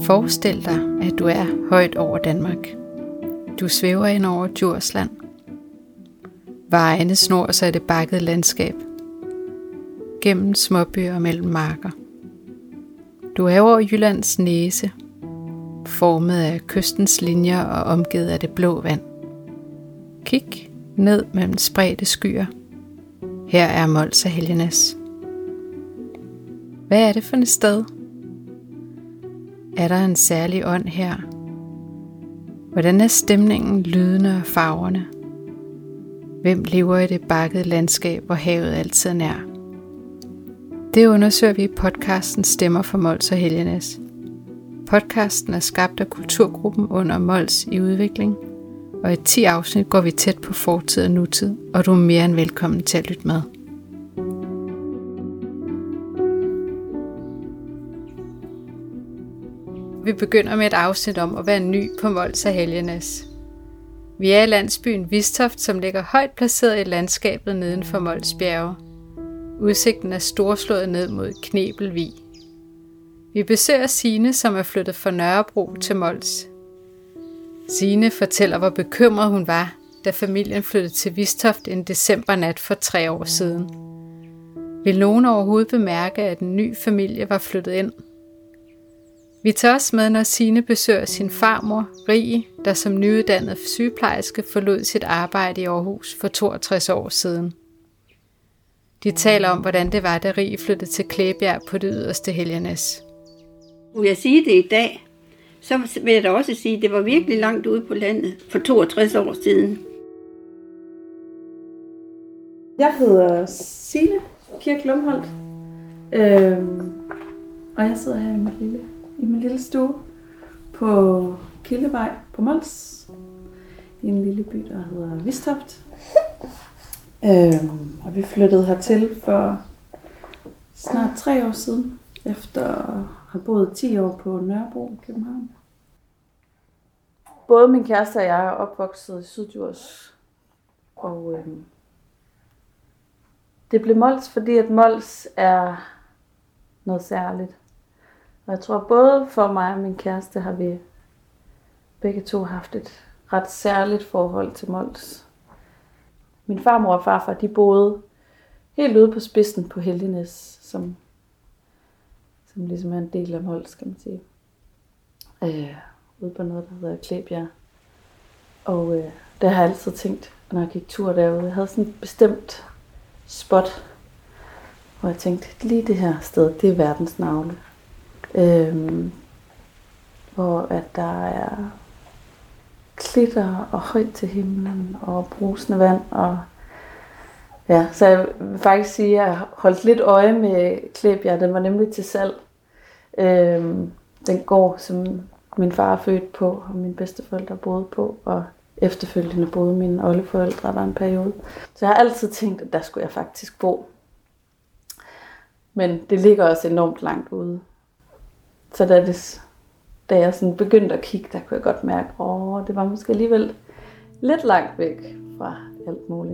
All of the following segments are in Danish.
Forestil dig, at du er højt over Danmark. Du svæver ind over Djursland. Vejene snor sig i det bakkede landskab. Gennem småbyer og mellem marker. Du er over Jyllands næse, formet af kystens linjer og omgivet af det blå vand. Kig ned mellem spredte skyer. Her er Mols og Helgenæs. Hvad er det for et sted? Er der en særlig ånd her? Hvordan er stemningen, lydene og farverne? Hvem lever i det bakkede landskab, hvor havet altid er nær? Det undersøger vi i podcasten Stemmer for Mols og Helgenæs. Podcasten er skabt af kulturgruppen under Mols i udvikling, og i 10 afsnit går vi tæt på fortid og nutid, og du er mere end velkommen til at lytte med. Vi begynder med et afsnit om at være ny på Mols og Helgenæs. Vi er i landsbyen Vistoft, som ligger højt placeret i landskabet neden for Mols bjerge. Udsigten er storslået ned mod Knebelvig. Vi besøger Signe, som er flyttet fra Nørrebro til Mols. Signe fortæller, hvor bekymret hun var, da familien flyttede til Vistoft en decembernat for 3 år siden. Vil nogen overhovedet bemærke, at en ny familie var flyttet ind? Vi tager også med, når Signe besøger sin farmor, Rie, der som nyuddannet sygeplejerske forlod sit arbejde i Aarhus for 62 år siden. De taler om, hvordan det var, da Rie flyttede til Klæbjerg på det yderste Helgenæs. Vil jeg sige det i dag, så vil jeg da også sige, at det var virkelig langt ude på landet for 62 år siden. Jeg hedder Signe Kirk Lumholdt, og jeg sidder her i min lille stue på Kildevej på Mols, i en lille by, der hedder Vistoft. Og vi flyttede hertil for snart 3 år siden, efter at have boet 10 år på Nørrebro i København. Både min kæreste og jeg er opvokset i Syddjurs, og det blev Mols, fordi at Mols er noget særligt. Og jeg tror både for mig og min kæreste har vi begge to haft et ret særligt forhold til Mols. Min farmor og farfar, de boede helt ude på spidsen på Helgenæs, som ligesom er en del af Mols, kan man sige. Ude på noget, der hedder Klæbjerg. Og der har jeg altid tænkt, når jeg gik tur derude, jeg havde sådan et bestemt spot, hvor jeg tænkte, lige det her sted, det er verdens navle. Hvor at der er klitter og højt til himlen og brusende vand. Og ja, så jeg vil faktisk sige, at jeg holdt lidt øje med Klæbjerg. Den var nemlig til salg. Den gård, som min far er født på, og mine bedsteforældre boede på, og efterfølgende boede mine oldeforældre der en periode. Så jeg har altid tænkt, at der skulle jeg faktisk bo. Men det ligger også enormt langt ude. Så da jeg sådan begyndte at kigge, der kunne jeg godt mærke, at det var måske alligevel lidt langt væk fra alt muligt.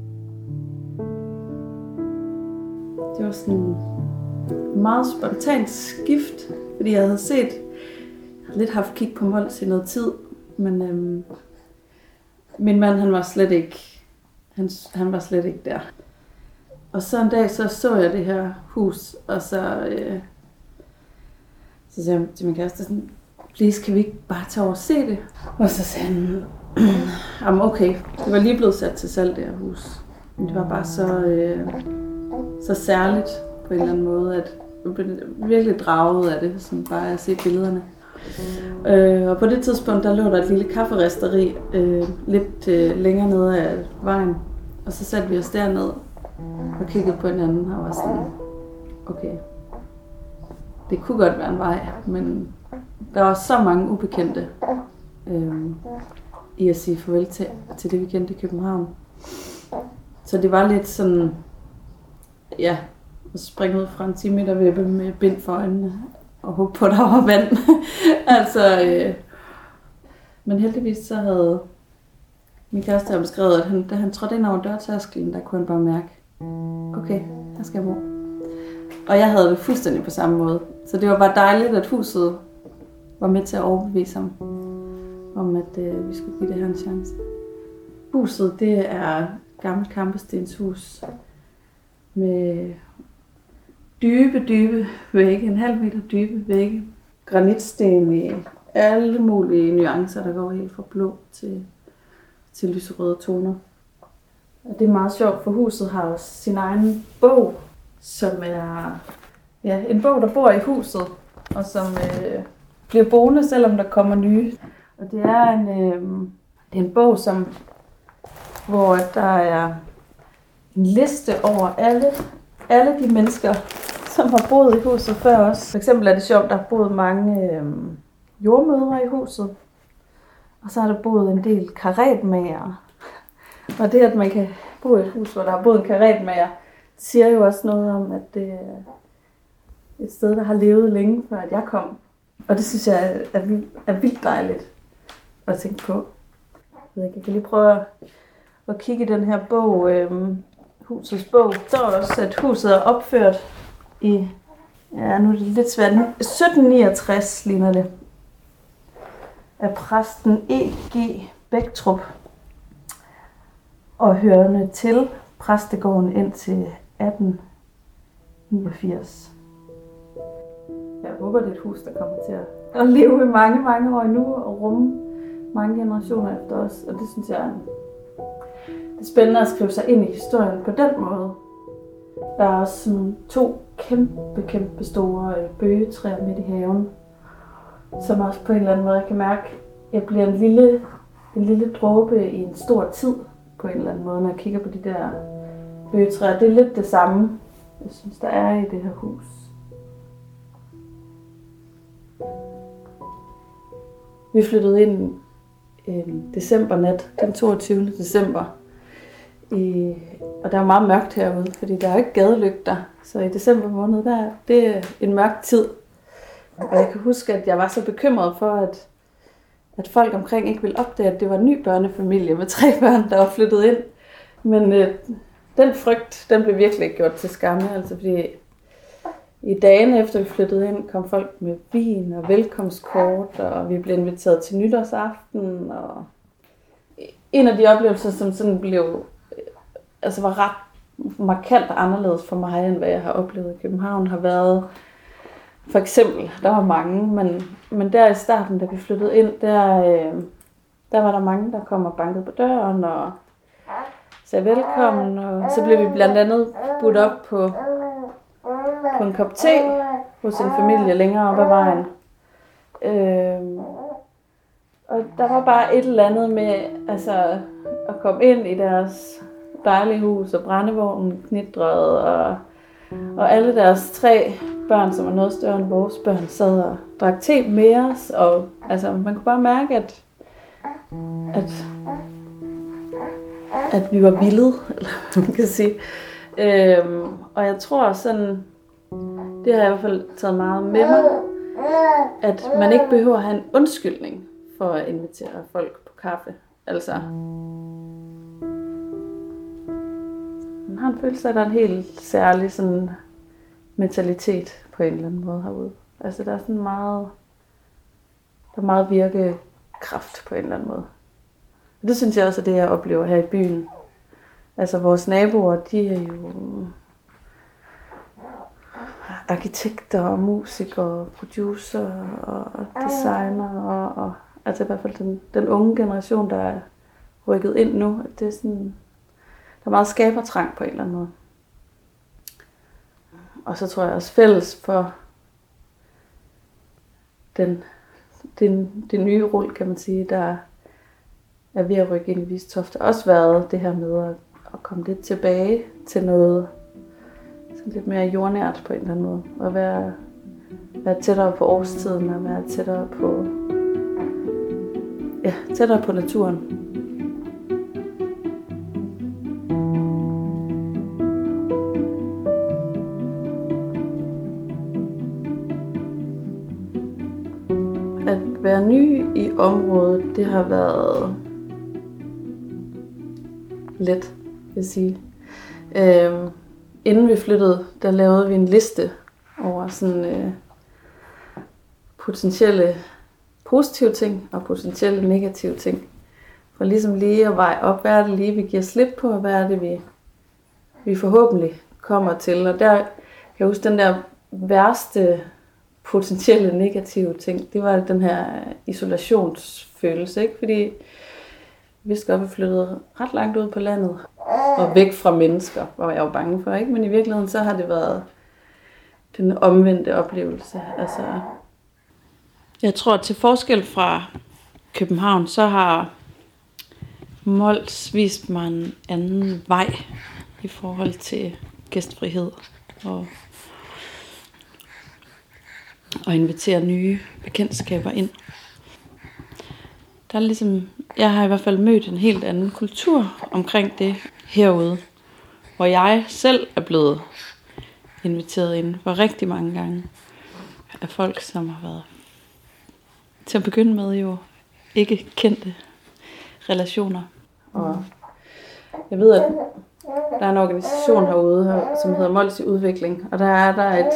Det var sådan en meget spontant skift, fordi jeg havde lidt haft kig på Mols i noget tid, men min mand, han var slet ikke der. Og så en dag, så jeg det her hus, og så sagde jeg til min kæreste sådan, please, kan vi ikke bare tage over og se det? Og så sagde han, jamen okay, det var lige blevet sat til salg, det her hus. Men det var bare så særligt på en eller anden måde, at jeg blev virkelig draget af det, sådan bare at se billederne. Og på det tidspunkt, der lå der et lille kafferisteri lidt længere nede af vejen. Og så satte vi os derned og kiggede på hinanden og var sådan, okay, det kunne godt være en vej, men der var så mange ubekendte i at sige farvel til det, vi kendte i København. Så det var lidt sådan, ja, at springe ud fra en 10 meter vippe med bind for øjnene og håbe på, at der var vand. Men heldigvis så havde min kæreste beskrevet, at da han trådte ind over dørtærsklen, der kunne han bare mærke, okay, der skal jeg bo. Og jeg havde det fuldstændig på samme måde. Så det var bare dejligt, at huset var med til at overbevise ham om, at vi skulle give det her en chance. Huset, det er et gammelt kampestenshus med dybe vægge, 1,5 meter dybe vægge. Granitsten i alle mulige nuancer, der går helt fra blå til lyserøde toner. Og det er meget sjovt, for huset har også sin egen bog, som er en bog, der bor i huset, og som bliver boende, selvom der kommer nye. Og det er en bog, hvor der er en liste over alle de mennesker, som har boet i huset før os. For eksempel er det sjovt, der har boet mange jordmødre i huset. Og så har der boet en del karetmager. Og det, at man kan bo i et hus, hvor der har boet en karetmager, siger jo også noget om, at det er et sted, der har levet længe før, at jeg kom. Og det synes jeg er vildt dejligt at tænke på. Jeg kan lige prøve at kigge i den her bog, husets bog. Der står også, at huset er opført i, nu er det lidt svært, 1769 ligner det, af præsten E.G. Bæktrup og hørende til præstegården indtil 1889. Jeg håber, det er et hus, der kommer til at leve i mange, mange år endnu og rumme mange generationer efter os. Og det synes jeg det er spændende at skrive sig ind i historien på den måde. Der er også sådan 2 kæmpe store bøgetræer midt i haven, som også på en eller anden måde, jeg kan mærke, jeg bliver en lille dråbe i en stor tid på en eller anden måde, når jeg kigger på de der bøgetræer. Det er lidt det samme, jeg synes, der er i det her hus. Vi flyttede ind en decembernat, den 22. december. Og der er meget mørkt herude, fordi der er ikke gadelygter. Så i december måned, det er en mørk tid. Og jeg kan huske, at jeg var så bekymret for, at folk omkring ikke ville opdage, at det var en ny børnefamilie med 3 børn, der var flyttet ind. Men den frygt, den blev virkelig gjort til skamme. Altså fordi i dagene efter vi flyttede ind, kom folk med vin og velkomstkort, og vi blev inviteret til nytårsaften. Og en af de oplevelser, som sådan var ret markant anderledes for mig, end hvad jeg har oplevet i København, har været for eksempel, der var mange, men der i starten, da vi flyttede ind, der var der mange, der kom og bankede på døren og sagde velkommen, og så blev vi blandt andet budt op på en kop te hos en familie længere op ad vejen. Og der var bare et eller andet med at komme ind i deres dejlige hus, og brændevognen knitrede, og alle deres 3 børn, som var noget større end vores børn, sad og drak te med os, og man kunne bare mærke, at vi var vilde, eller hvad man kan sige. Og jeg tror sådan, det har jeg i hvert fald taget meget med mig, at man ikke behøver at have en undskyldning for at invitere folk på kaffe. Man har en følelse af, at der er en helt særlig sådan mentalitet på en eller anden måde herude. Der er sådan meget virkekraft på en eller anden måde. Og det synes jeg også er det, jeg oplever her i byen. Vores naboer, de er jo arkitekter og musikere og producer og designer og i hvert fald den unge generation, der er rykket ind nu. Det er sådan, der er meget skabertrang på en eller anden måde. Og så tror jeg også fælles for det nye rull, kan man sige, der er ved at rykke ind i Vistoft, har også været det her med at komme lidt tilbage til noget sådan lidt mere jordnært på en eller anden måde. Og være tættere på årstiden og være tættere på naturen. At være ny i området, det har været let, vil jeg sige. Inden vi flyttede, der lavede vi en liste over sådan potentielle positive ting og potentielle negative ting. For ligesom lige at veje op, hvad er det lige, vi giver slip på, og hvad er det, vi forhåbentlig kommer til. Og der kan jeg huske den der værste potentielle negative ting, det var den her isolationsfølelse, ikke? Fordi vi vidste godt, at vi flyttede ret langt ud på landet og væk fra mennesker, var jeg jo bange for, ikke? Men i virkeligheden så har det været den omvendte oplevelse. Altså, jeg tror, at til forskel fra København, så har Mols vist mig en anden vej i forhold til gæstfrihed og invitere nye bekendtskaber ind. Der er ligesom, jeg har i hvert fald mødt en helt anden kultur omkring det herude, hvor jeg selv er blevet inviteret ind for rigtig mange gange af folk, som har været til at begynde med jo ikke kendte relationer. Og jeg ved, at der er en organisation herude, som hedder Mols i Udvikling, og der er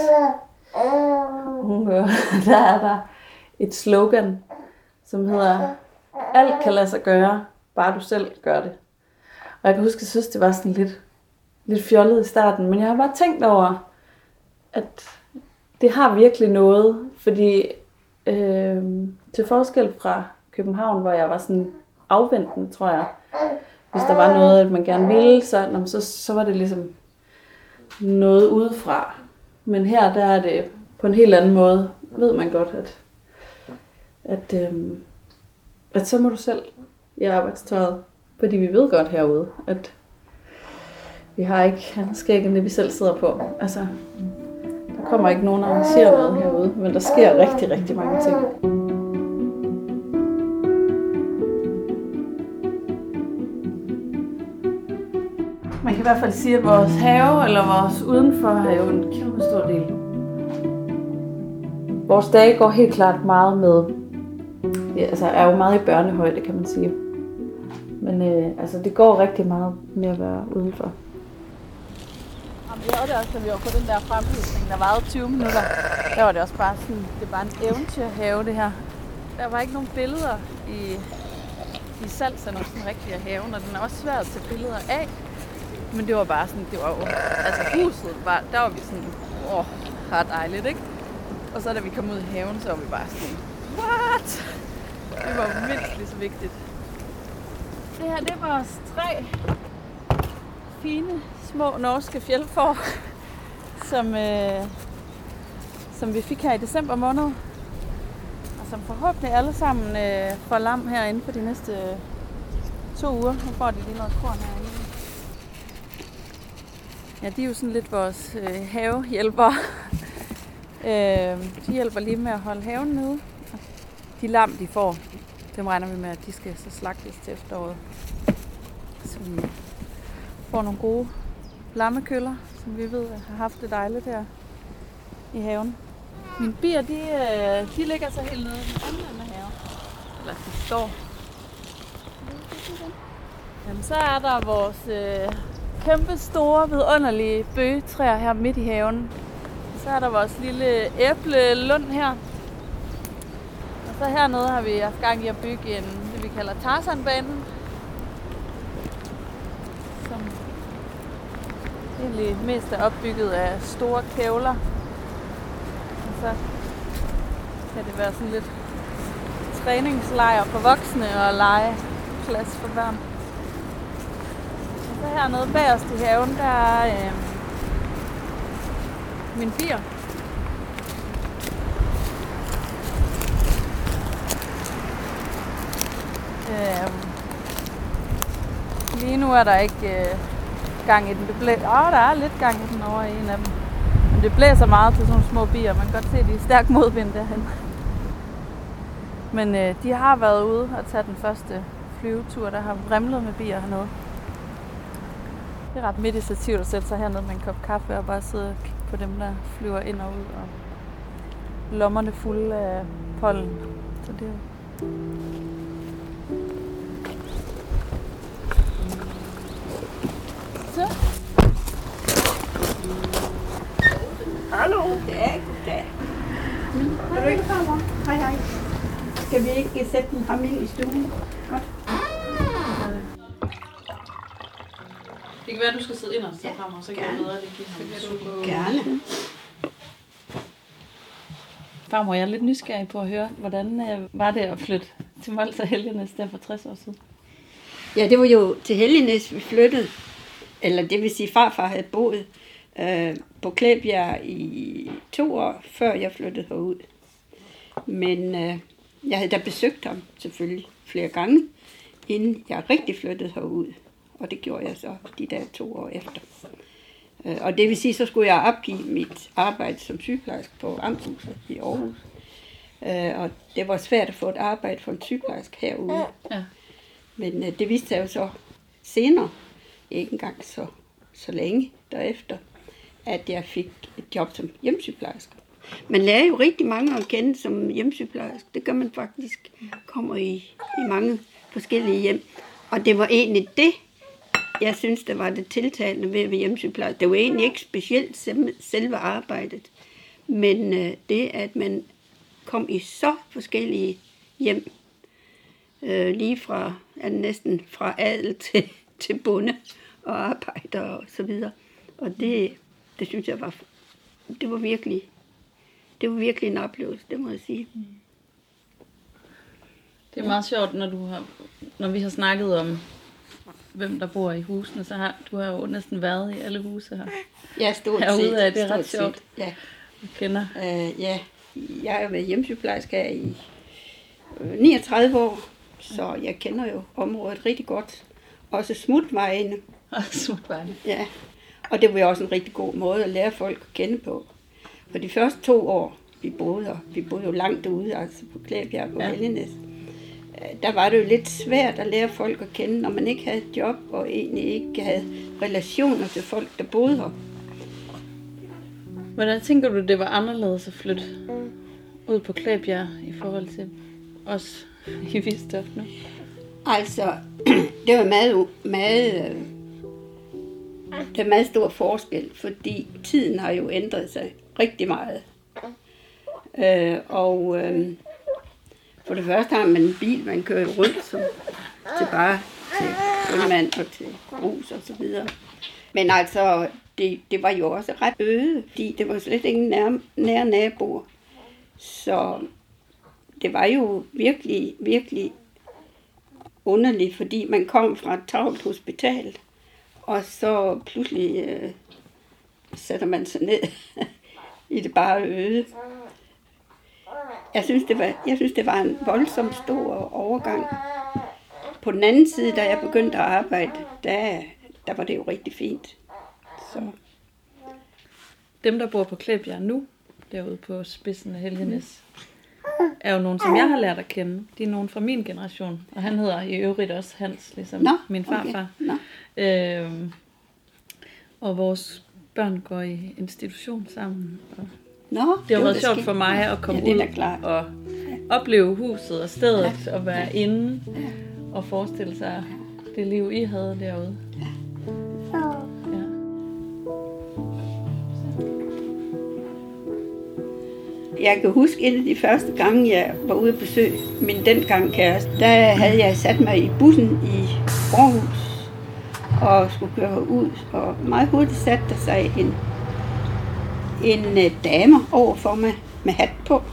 der et slogan, som hedder: alt kan lade sig gøre, bare du selv gør det. Og jeg kan huske, at jeg synes, det var sådan lidt fjollet i starten, men jeg har bare tænkt over, at det har virkelig noget, fordi til forskel fra København, hvor jeg var sådan afventende, tror jeg, hvis der var noget, at man gerne ville, så var det ligesom noget udefra. Men her, der er det på en helt anden måde, ved man godt, at så må du selv i arbejdstøjet. Fordi vi ved godt herude, at vi har ikke skæggene, vi selv sidder på. Altså, der kommer ikke nogen, der arrangerer noget herude, men der sker rigtig, rigtig mange ting. Man kan i hvert fald sige, at vores have eller vores udenfor har jo en kæmpe stor del. Vores dage går helt klart meget med, er jo meget i børnehøjde, kan man sige. Men det går rigtig meget med at være udenfor. Vi havde det også, da vi var på den der fremvisning, der varede 20 minutter. Der var det også bare sådan, det er bare en eventyrhave det her. Der var ikke nogen billeder i salgserne sådan rigtig af haven, og den er også svært at tage billeder af. Men det var bare sådan, det var jo, altså huset, der var vi sådan, ret dejligt, ikke? Og så da vi kom ud i haven, så var vi bare sådan, what? Det var mindst lige så vigtigt. Det her, det var vores 3 fine, små norske fjeldfår, som vi fik her i december måned. Og som forhåbentlig alle sammen får lam her inden for de næste 2 uger. Nu får de lige noget korn herinde. Ja, de er jo sådan lidt vores havehjælpere. De hjælper lige med at holde haven nede. De lam, de får, dem regner vi med, at de skal så slagtes til efteråret. Så vi får nogle gode lammekøller, som vi ved har haft det dejligt her i haven. Mine bier, de ligger så helt nede i den anden af haven. Eller de står. Jamen, så er der vores kæmpe store, vidunderlige bøgetræer her midt i haven. Så er der vores lille æblelund her. Og så hernede har vi haft gang i at bygge det vi kalder Tarzanbanen. Som egentlig mest er opbygget af store kævler. Og så kan det være sådan lidt træningslejr for voksne og legeplads for børn. Og så hernede bagerst i haven, der er mine bier. Lige nu er der ikke gang i den. Der er lidt gang i den over i en af dem. Men det blæser meget til sådan nogle små bier. Man kan godt se, at de er stærk modvind derhen. Men de har været ude og tage den første flyvetur, der har vrimlet med bier hernede. Det er ret meditativt at sætte sig hernede med en kop kaffe og bare sidde og kigge på dem, der flyver ind og ud. Og lommerne fulde af pollen. Så det er Så. Hallo, goddag. Hej. Hej, hej. Skal vi ikke sætte den ham ind i stuen? Godt. Det kan være, at du skal sidde ind og så frem, og så kan jeg bedre det give ham. Gerne. Farmor, jeg er lidt nysgerrig på at høre, hvordan var det at flytte til Mols og Helgenæs der for 60 år siden? Ja, det var jo til Helgenæs, vi flyttede. Eller det vil sige, farfar havde boet på Klæbjerg i 2 år, før jeg flyttede herud. Men jeg havde da besøgt ham selvfølgelig flere gange, inden jeg rigtig flyttede herud. Og det gjorde jeg så de der 2 år efter. Og det vil sige, så skulle jeg opgive mit arbejde som sygeplejerske på Amtshuset i Aarhus. Og det var svært at få et arbejde for en sygeplejerske herude. Ja. Men det viste sig jo så senere, ikke engang så længe derefter, at jeg fik et job som hjemmesygeplejerske. Man lærer jo rigtig mange at kende som hjemmesygeplejerske. Det gør man faktisk. Kommer i mange forskellige hjem. Og det var egentlig det, jeg synes, der var det tiltalende ved at være hjemmesygeplejerske. Det var egentlig ikke specielt selve arbejdet, men det, at man kom i så forskellige hjem, lige fra næsten fra adel til bonde og arbejder og så videre. Og det synes jeg det var virkelig en oplevelse, det må jeg sige. Det er meget sjovt, når vi har snakket om, hvem der bor i husene, så har du jo næsten været i alle huse her. Ja, stort set. Herude af, det er ret sjovt. Ja. Du kender. Ja, jeg har været hjemmesygeplejerske her i 39 år, så jeg kender jo området rigtig godt. Også smutvejene. Ja, og det var jo også en rigtig god måde at lære folk at kende på. For de første 2 år, vi boede jo langt ude, altså på Klæbjerg på Helgenæs. Der var det jo lidt svært at lære folk at kende, når man ikke havde et job, og egentlig ikke havde relationer til folk, der boede her. Hvordan tænker du, det var anderledes at flytte ud på Klæbjerg i forhold til os i Vistoft nu? Altså, det var meget stor forskel, fordi tiden har jo ændret sig rigtig meget. For det første har man en bil, man kører rundt til Ølmand og til Grus og så videre. Men altså, det var jo også ret øde, fordi det var slet ingen nære naboer. Så det var jo virkelig, virkelig underligt, fordi man kom fra et travlt hospital, og så pludselig sætter man sig ned i det bare øde. Jeg synes, det var en voldsomt stor overgang. På den anden side, da jeg begyndte at arbejde, der var det jo rigtig fint. Så. Dem, der bor på Klæbjerg nu, derude på spidsen af Helgenæs, er jo nogen, som jeg har lært at kende. De er nogen fra min generation, og han hedder i øvrigt også Hans, ligesom min farfar. Okay. Og vores børn går i institution sammen. Og det har været sjovt for mig at komme ud og opleve huset og stedet, og være inde og forestille sig det liv, I havde derude. Ja. Jeg kan huske en af de første gange, jeg var ude at besøge min dengang kæreste. Der havde jeg sat mig i bussen i Aarhus og skulle køre ud. Og meget hurtigt satte der sig en dame over for mig med hat på.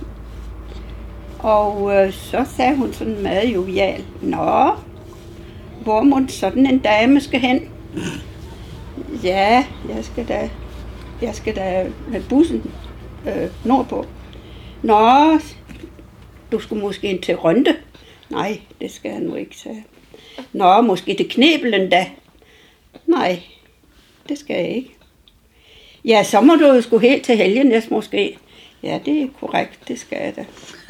Og så sagde hun sådan meget jovial: "Nå, hvor må sådan en dame skal hen?" "Ja, jeg skal da med bussen nordpå." "Nå, du skulle måske ind til Rønde." "Nej, det skal jeg nu ikke," sagde jeg. "Nå, måske til Knebelen da." "Nej, det skal jeg ikke." "Ja, så må du jo sgu helt til Helgenæs måske." "Ja, det er korrekt, det skal jeg da."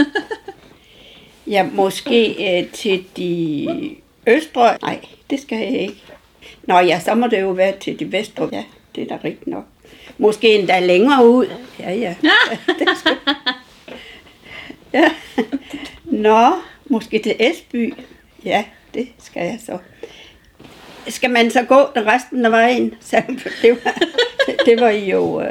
"Ja, måske til de østre." "Nej, det skal jeg ikke." "Nå ja, så må det jo være til de vestre." "Ja, det er da rigtigt nok." "Måske endda længere ud." Ja. Det skal... Ja. "Nå, måske til Esby." "Ja, det skal jeg så." "Skal man så gå den resten af vejen?" Det var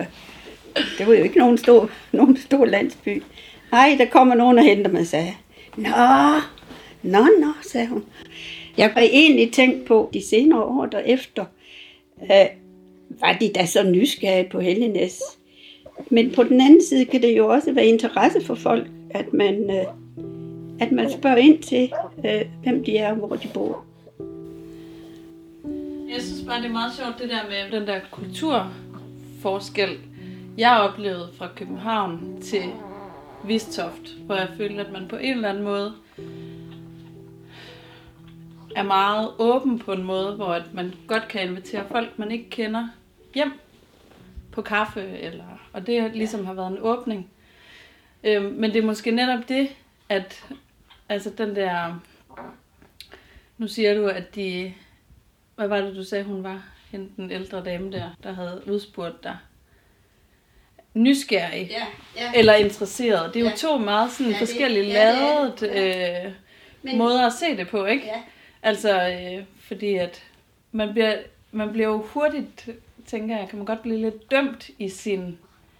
jo ikke nogen stor landsby. "Nej, der kommer nogen og henter mig," sagde jeg. Nå, sagde hun. Jeg har egentlig tænkt på de senere år derefter, var de da så nysgerrige på Helgenæs. Men på den anden side kan det jo også være interesse for folk, at man spørger ind til, hvem de er og hvor de bor. Jeg synes bare, det er meget sjovt, det der med den der kulturforskel, jeg oplevede fra København til Vistoft, hvor jeg følte, at man på en eller anden måde er meget åben på en måde, hvor at man godt kan invitere folk, man ikke kender, hjem på kaffe, og det ligesom har været en åbning. Men det er måske netop det, at altså den der, nu siger du, at de, hvad var det, du sagde, hun var, hende den ældre dame der havde udspurgt dig, nysgerrig eller interesseret. Det er jo to meget sådan forskellige ladede måder at se det på, ikke? Ja. Altså, fordi at man bliver jo hurtigt, tænker jeg, kan man godt blive lidt dømt i sin,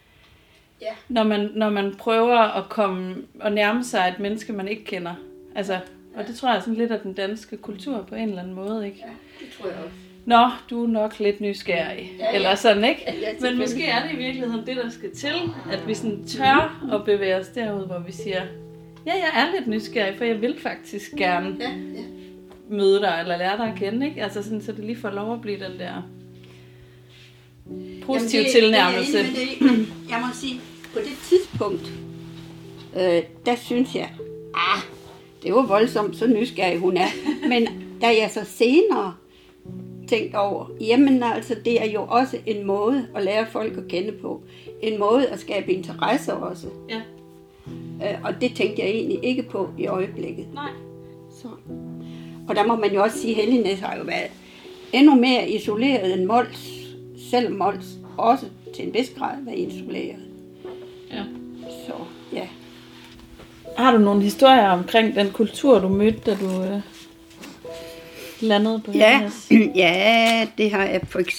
når man prøver at komme og nærme sig et menneske, man ikke kender. Altså, og det tror jeg er sådan lidt af den danske kultur på en eller anden måde, ikke? Ja, det tror jeg også. Nå, du er nok lidt nysgerrig, eller sådan, ikke? Men måske er det i virkeligheden det, der skal til, at vi sådan tør at bevæge os derud, hvor vi siger, ja, jeg er lidt nysgerrig, for jeg vil faktisk gerne møde dig, eller lære dig at kende, ikke? Altså sådan, så det lige får lov at blive den der positive tilnærmelse. Jeg må sige, på det tidspunkt, der synes jeg, det var voldsomt, så nysgerrig hun er. Men da jeg så senere tænkte over, jamen altså, det er jo også en måde at lære folk at kende på. En måde at skabe interesse også. Ja. Og det tænkte jeg egentlig ikke på i øjeblikket. Nej. Så. Og der må man jo også sige, at Helgenæs har jo været endnu mere isoleret end Mols. Selvom Mols også til en vis grad var isoleret. Ja. Så, ja. Har du nogle historier omkring den kultur, du mødte, da du landede på Helgenæs? Ja, det har jeg for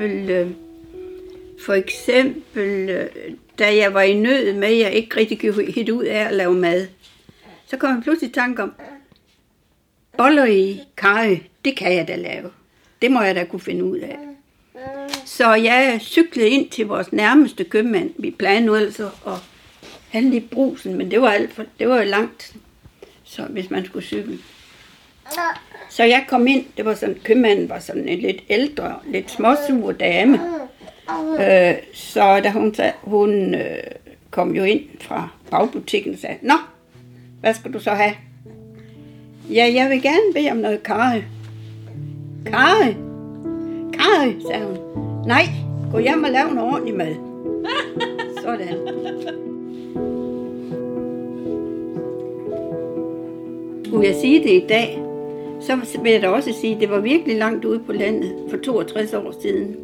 eksempel, da jeg var i nød med, at jeg ikke rigtig kunne hitte ud af at lave mad. Så kom jeg pludselig i tanke om, boller i karry, det kan jeg da lave. Det må jeg da kunne finde ud af. Så jeg cyklede ind til vores nærmeste købmand. Vi plejede nu altså at handle i Brugsen, men det var jo langt, så hvis man skulle cykle. Så jeg kom ind, det var sådan, købmanden var sådan en lidt ældre, lidt småsur dame. Så da hun kom jo ind fra bagbutikken og sagde, nå, hvad skal du så have? Ja, jeg vil gerne bede om noget karry. Karry, sagde hun. Nej, gå hjem og lav noget ordentligt mad. Sådan. Skulle jeg sige det i dag, så vil jeg da også sige, at det var virkelig langt ude på landet for 62 år siden.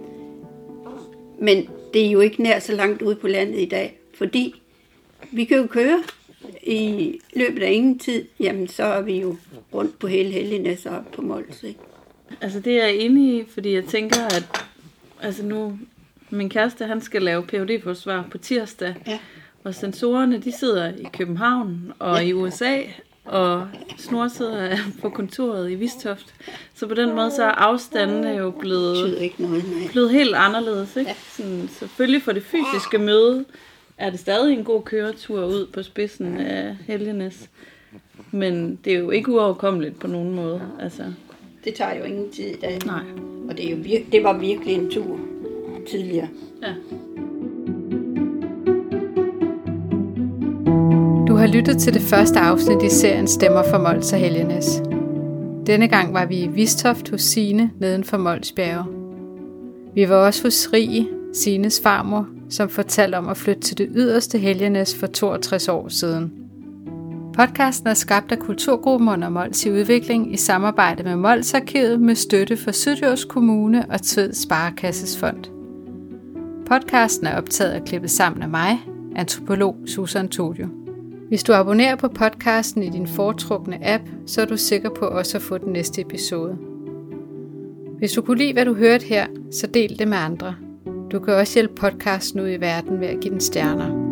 Men det er jo ikke nær så langt ude på landet i dag, fordi vi kan jo køre i løbet af ingen tid, jamen så er vi jo rundt på hele Helgenæs og på Mols, ikke? Altså det er jeg enig i, fordi jeg tænker, at altså nu, min kæreste, han skal lave Ph.D.-forsvar på tirsdag, og sensorerne, de sidder i København og i USA, og Snor sidder på kontoret i Vistoft. Så på den måde, så er afstandene jo blevet helt anderledes, ikke? Sådan, selvfølgelig for det fysiske møde er det stadig en god køretur ud på spidsen af Helgenæs. Men det er jo ikke uoverkommeligt på nogen måde. Altså. Det tager jo ingen tid i dag. Nej. Og det var virkelig en tur tidligere. Ja. Du har lyttet til det første afsnit i serien Stemmer for Mols og Helgenæs. Denne gang var vi i Vistoft hos Signe neden for Mols Bjerge. Vi var også hos Rie, Signes farmor, som fortalte om at flytte til det yderste Helgenæs for 62 år siden. Podcasten er skabt af Kulturgruppen under Mols i udvikling i samarbejde med Molsarkivet med støtte fra Syddjurs Kommune og Tved Sparekasses Fond. Podcasten er optaget og klippet sammen af mig, antropolog Susan Todio. Hvis du abonnerer på podcasten i din foretrukne app, så er du sikker på også at få den næste episode. Hvis du kunne lide, hvad du hørte her, så del det med andre. Du kan også hjælpe podcasten ud i verden ved at give den stjerner.